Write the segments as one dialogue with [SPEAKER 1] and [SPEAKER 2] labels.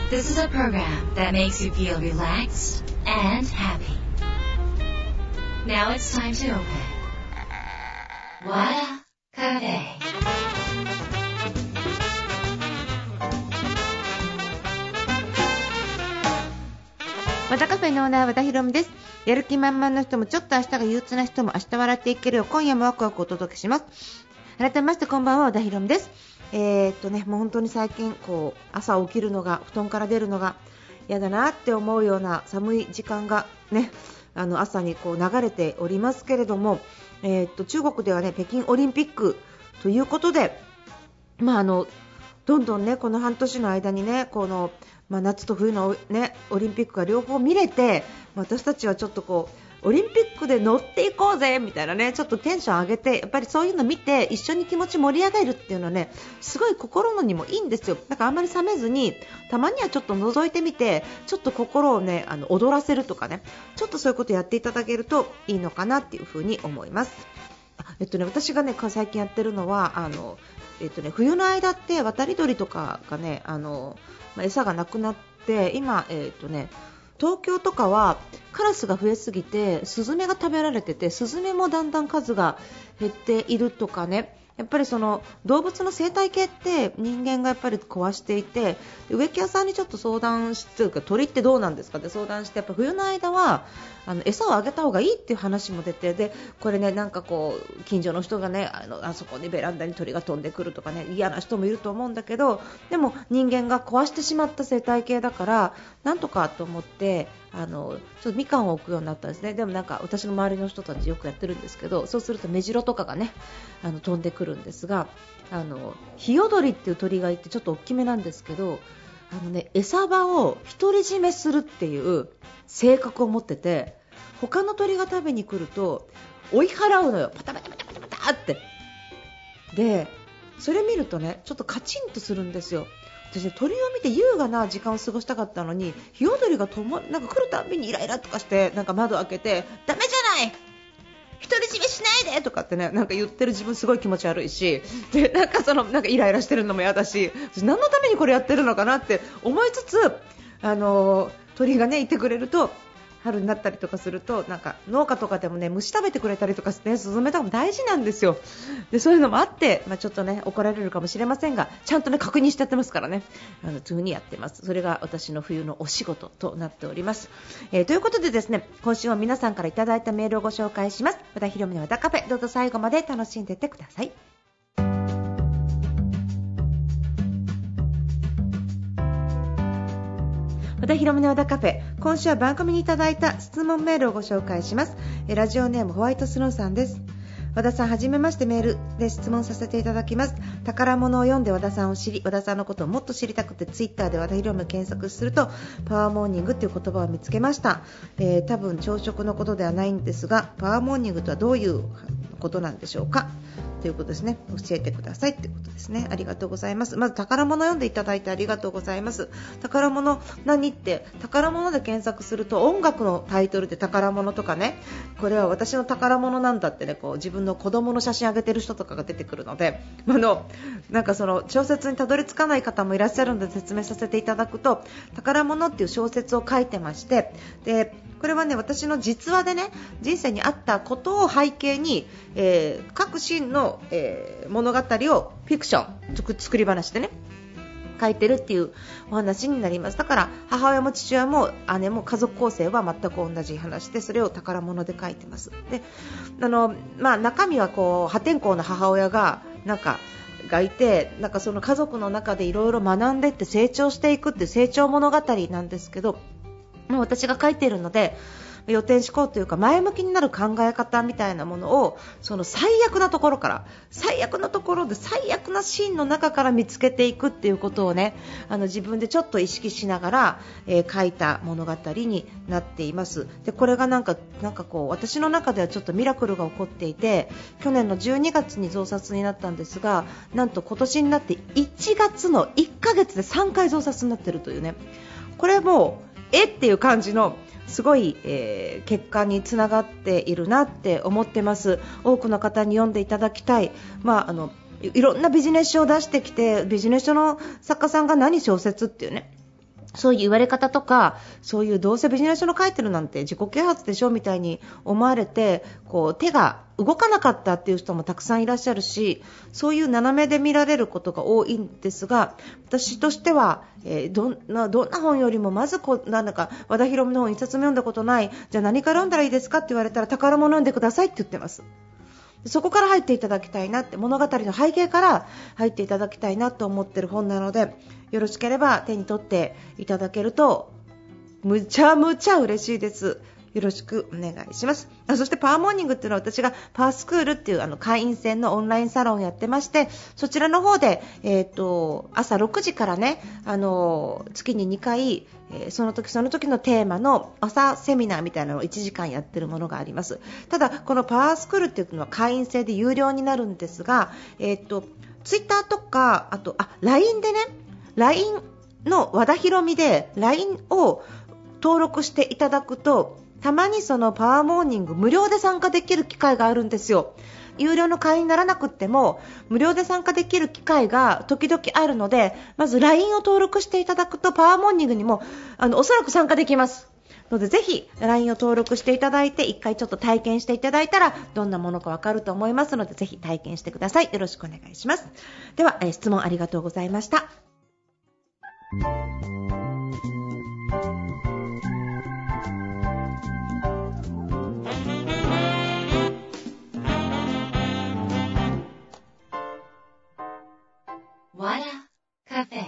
[SPEAKER 1] This is a program that makes you feel relaxed and happy. Now it's time to open Wada Cafe.
[SPEAKER 2] 和田カフェのオーナー和田博美です。やる気満々の人もちょっと明日が憂鬱な人も明日笑っていけるよう今夜もワクワクお届けします。改めましてこんばんは和田博美です。もう本当に最近朝起きるのが布団から出るのが嫌だなって思うような寒い時間がね朝に流れておりますけれども、中国ではね北京オリンピックということでどんどんねこの半年の間にね夏と冬の、オリンピックが両方見れて私たちはちょっとオリンピックで乗っていこうぜみたいなねちょっとテンション上げてやっぱりそういうの見て一緒に気持ち盛り上げるっていうのはねすごい心のにもいいんですよ。だからあんまり冷めずにたまにはちょっと覗いてみてちょっと心をね踊らせるとかねちょっとそういうことやっていただけるといいのかなっていうふうに思います。私がね最近やってるのは冬の間って渡り鳥とかがね餌がなくなって今東京とかはカラスが増えすぎてスズメが食べられててスズメもだんだん数が減っているとかねやっぱりその動物の生態系って人間がやっぱり壊していて植木屋さんにちょっと相談して鳥ってどうなんですかって相談してやっぱ冬の間は餌をあげた方がいいっていう話も出てでこれね近所の人がねあそこにベランダに鳥が飛んでくるとかね嫌な人もいると思うんだけどでも人間が壊してしまった生態系だからなんとかと思ってちょっとみかんを置くようになったんですね。でも私の周りの人たちよくやってるんですけどそうするとメジロとかがね飛んでくるんですがヒヨドリっていう鳥がいてちょっと大きめなんですけど餌場を独り占めするっていう性格を持ってて他の鳥が食べに来ると追い払うのよパタパタパタパタパタってでそれ見るとねちょっとカチンとするんですよ。私鳥を見て優雅な時間を過ごしたかったのにヒヨドリが来るたびにイライラとかして窓開けてダメじゃない独り占めしないでとかってね言ってる自分すごい気持ち悪いしでイライラしてるのも嫌だし何のためにこれやってるのかなって思いつつ鳥がねいてくれると春になったりとかすると農家とかでもね虫食べてくれたりとかして、スズメとかも大事なんですよ。でそういうのもあって、ちょっとね怒られるかもしれませんがちゃんとね確認してやってますからねそういう風にやってます。それが私の冬のお仕事となっております。ということでですね今週は皆さんからいただいたメールをご紹介します。和田博美の和田カフェどうぞ最後まで楽しんでいってください。和田博美の和田カフェ今週は番組にいただいた質問メールをご紹介します。ラジオネームホワイトスノーさんです。和田さんはじめましてメールで質問させていただきます。宝物を読んで和田さんを知り和田さんのことをもっと知りたくてツイッターで和田博美を検索するとパワーモーニングという言葉を見つけました。多分朝食のことではないんですがパワーモーニングとはどういうことなんでしょうかということですね。教えてくださいということですね。ありがとうございます。まず宝物読んでいただいてありがとうございます。宝物何って宝物で検索すると音楽のタイトルで宝物とかねこれは私の宝物なんだってね自分の子供の写真上げてる人とかが出てくるのでその小説にたどり着かない方もいらっしゃるので説明させていただくと宝物っていう小説を書いてましてでこれはね私の実話でね人生にあったことを背景に、各シーンの、物語をフィクション作り話でね書いてるっていうお話になります。だから母親も父親も姉も家族構成は全く同じ話でそれを宝物で書いてます。で中身は破天荒な母親がいてその家族の中でいろいろ学んでいって成長していくって成長物語なんですけど私が書いているので予定思考というか前向きになる考え方みたいなものをその最悪なところから最悪なところで最悪なシーンの中から見つけていくっていうことをね自分でちょっと意識しながら、書いた物語になっています。でこれが私の中ではちょっとミラクルが起こっていて去年の12月に増刷になったんですがなんと今年になって1月の1ヶ月で3回増刷になっているというねこれもっていう感じのすごい、結果につながっているなって思ってます。多くの方に読んでいただきたい、いろんなビジネス書を出してきてビジネス書の作家さんが何小説っていうねそういう言われ方とか、そういうどうせビジネス書の書いてるなんて自己啓発でしょみたいに思われて、手が動かなかったっていう人もたくさんいらっしゃるし、そういう斜めで見られることが多いんですが、私としては、どんな本よりもまずなんか和田博美の本一冊も読んだことない、じゃあ何から読んだらいいですかって言われたら宝物読んでくださいって言ってます。そこから入っていただきたいなって、物語の背景から入っていただきたいなと思っている本なので、よろしければ手に取っていただけるとむちゃむちゃ嬉しいです。よろしくお願いします。そしてパワーモーニングっていうのは、私がパワースクールっていう会員制のオンラインサロンをやってまして、そちらの方で、朝6時からね、月に2回、その時その時のテーマの朝セミナーみたいなのを1時間やってるものがあります。ただこのパワースクールっていうのは会員制で有料になるんですが、ツイッターとか、あとLINE でね、LINE の和田博美で LINE を登録していただくと、たまにそのパワーモーニング無料で参加できる機会があるんですよ。有料の会員にならなくっても無料で参加できる機会が時々あるので、まず LINE を登録していただくとパワーモーニングにもおそらく参加できますので、ぜひ LINE を登録していただいて、一回ちょっと体験していただいたらどんなものかわかると思いますので、ぜひ体験してください。よろしくお願いします。では、質問ありがとうございました。
[SPEAKER 1] カフェ。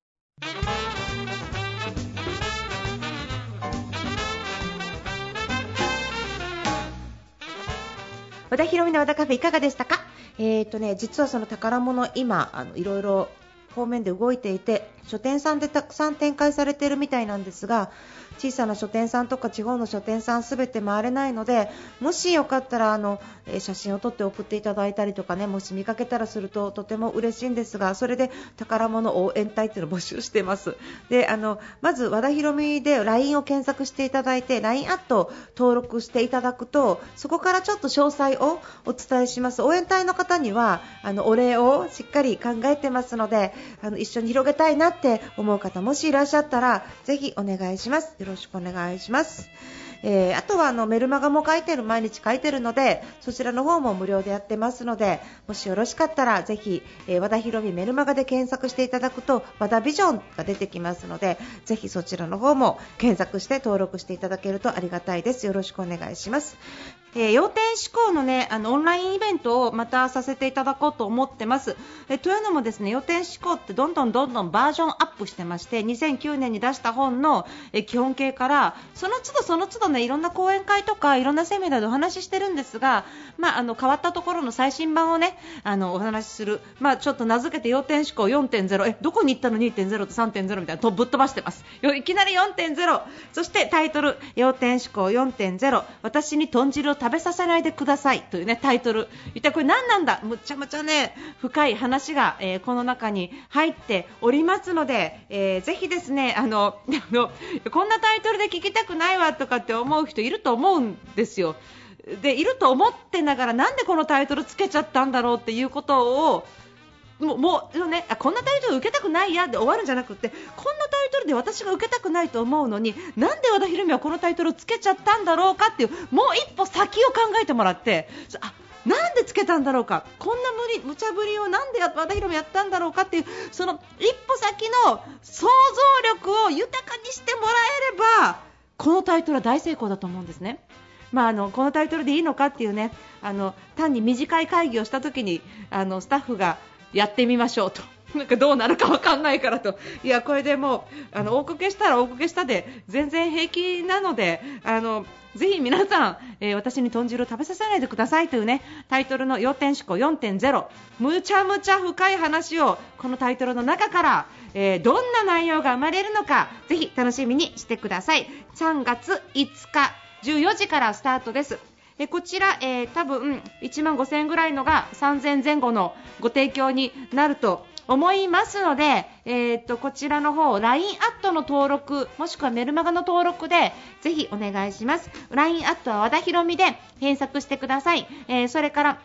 [SPEAKER 2] 和田博美の和田カフェいかがでしたか？実はその宝物、今いろいろ方面で動いていて、書店さんでたくさん展開されているみたいなんですが、小さな書店さんとか地方の書店さんすべて回れないので、もしよかったら写真を撮って送っていただいたりとかね、もし見かけたらするととても嬉しいんですが、それで宝物応援隊っていうのを募集しています。で、まず和田博美で LINE を検索していただいて、 LINE アット登録していただくと、そこからちょっと詳細をお伝えします。応援隊の方にはお礼をしっかり考えてますので、一緒に広げたいなって思う方もしいらっしゃったらぜひお願いします。よろしくお願いします。あとはメルマガも毎日書いてるので、そちらの方も無料でやってますので、もしよろしかったらぜひ、和田博美メルマガで検索していただくと和田ビジョンが出てきますので、ぜひそちらの方も検索して登録していただけるとありがたいです。よろしくお願いします。要点思考のね、オンラインイベントをまたさせていただこうと思ってます。というのもですね、要点思考ってどんどんバージョンアップしてまして、2009年に出した本の基本形からその都度ね、いろんな講演会とかいろんなセミナーでお話ししてるんですが、変わったところの最新版をね、お話しする、ちょっと名付けて要点思考 4.0、 どこに行ったの 2.0 と 3.0 みたいなとぶっ飛ばしてます。いきなり 4.0、 そしてタイトル要点思考 4.0、 私に豚汁を食べさせないでくださいというねタイトル。一体これ何なんだ、むちゃむちゃね深い話が、この中に入っておりますので、ぜひですね、こんなタイトルで聞きたくないわとかって思う人いると思うんですよ。でいると思ってながら、なんでこのタイトルつけちゃったんだろうっていうことをもうね、こんなタイトル受けたくないやで終わるんじゃなくて、こんなタイトルで私が受けたくないと思うのに、なんで和田博美はこのタイトルをつけちゃったんだろうかっていう、もう一歩先を考えてもらって、なんでつけたんだろうか、こんな無茶ぶりをなんで和田博美やったんだろうかっていう、その一歩先の想像力を豊かにしてもらえれば、このタイトルは大成功だと思うんですね。このタイトルでいいのかっていうね、単に短い会議をした時にスタッフがやってみましょうと、なんかどうなるか分かんないからと、いやこれでもう大こけしたら大こけしたで全然平気なので、ぜひ皆さん、私に豚汁を食べさせないでくださいというねタイトルの要点思考 4.0、 むちゃむちゃ深い話をこのタイトルの中から、どんな内容が生まれるのか、ぜひ楽しみにしてください。3月5日14時からスタートです。こちら、多分1万5000円ぐらいのが3000前後のご提供になると思いますので、こちらの方 LINE アットの登録もしくはメルマガの登録でぜひお願いします。 LINE アットは和田博美で検索してください。それから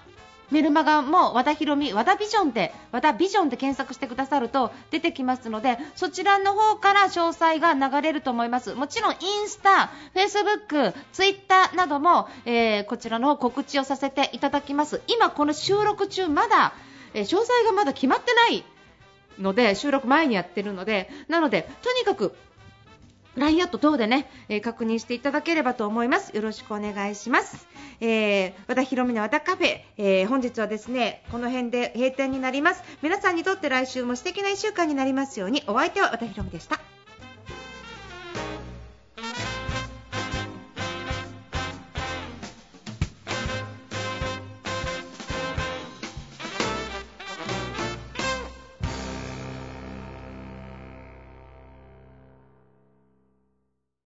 [SPEAKER 2] メルマガも和田ひろみ和田ビジョンで検索してくださると出てきますので、そちらの方から詳細が流れると思います。もちろんインスタ、フェイスブック、ツイッターなども、こちらの方告知をさせていただきます。今この収録中まだ、詳細がまだ決まってないので、収録前にやってるので、なのでとにかくLINE アット等でね、確認していただければと思います。よろしくお願いします。和田ひろみの和田カフェ、本日はですねこの辺で閉店になります。皆さんにとって来週も素敵な1週間になりますように。お相手は和田ひろみでした。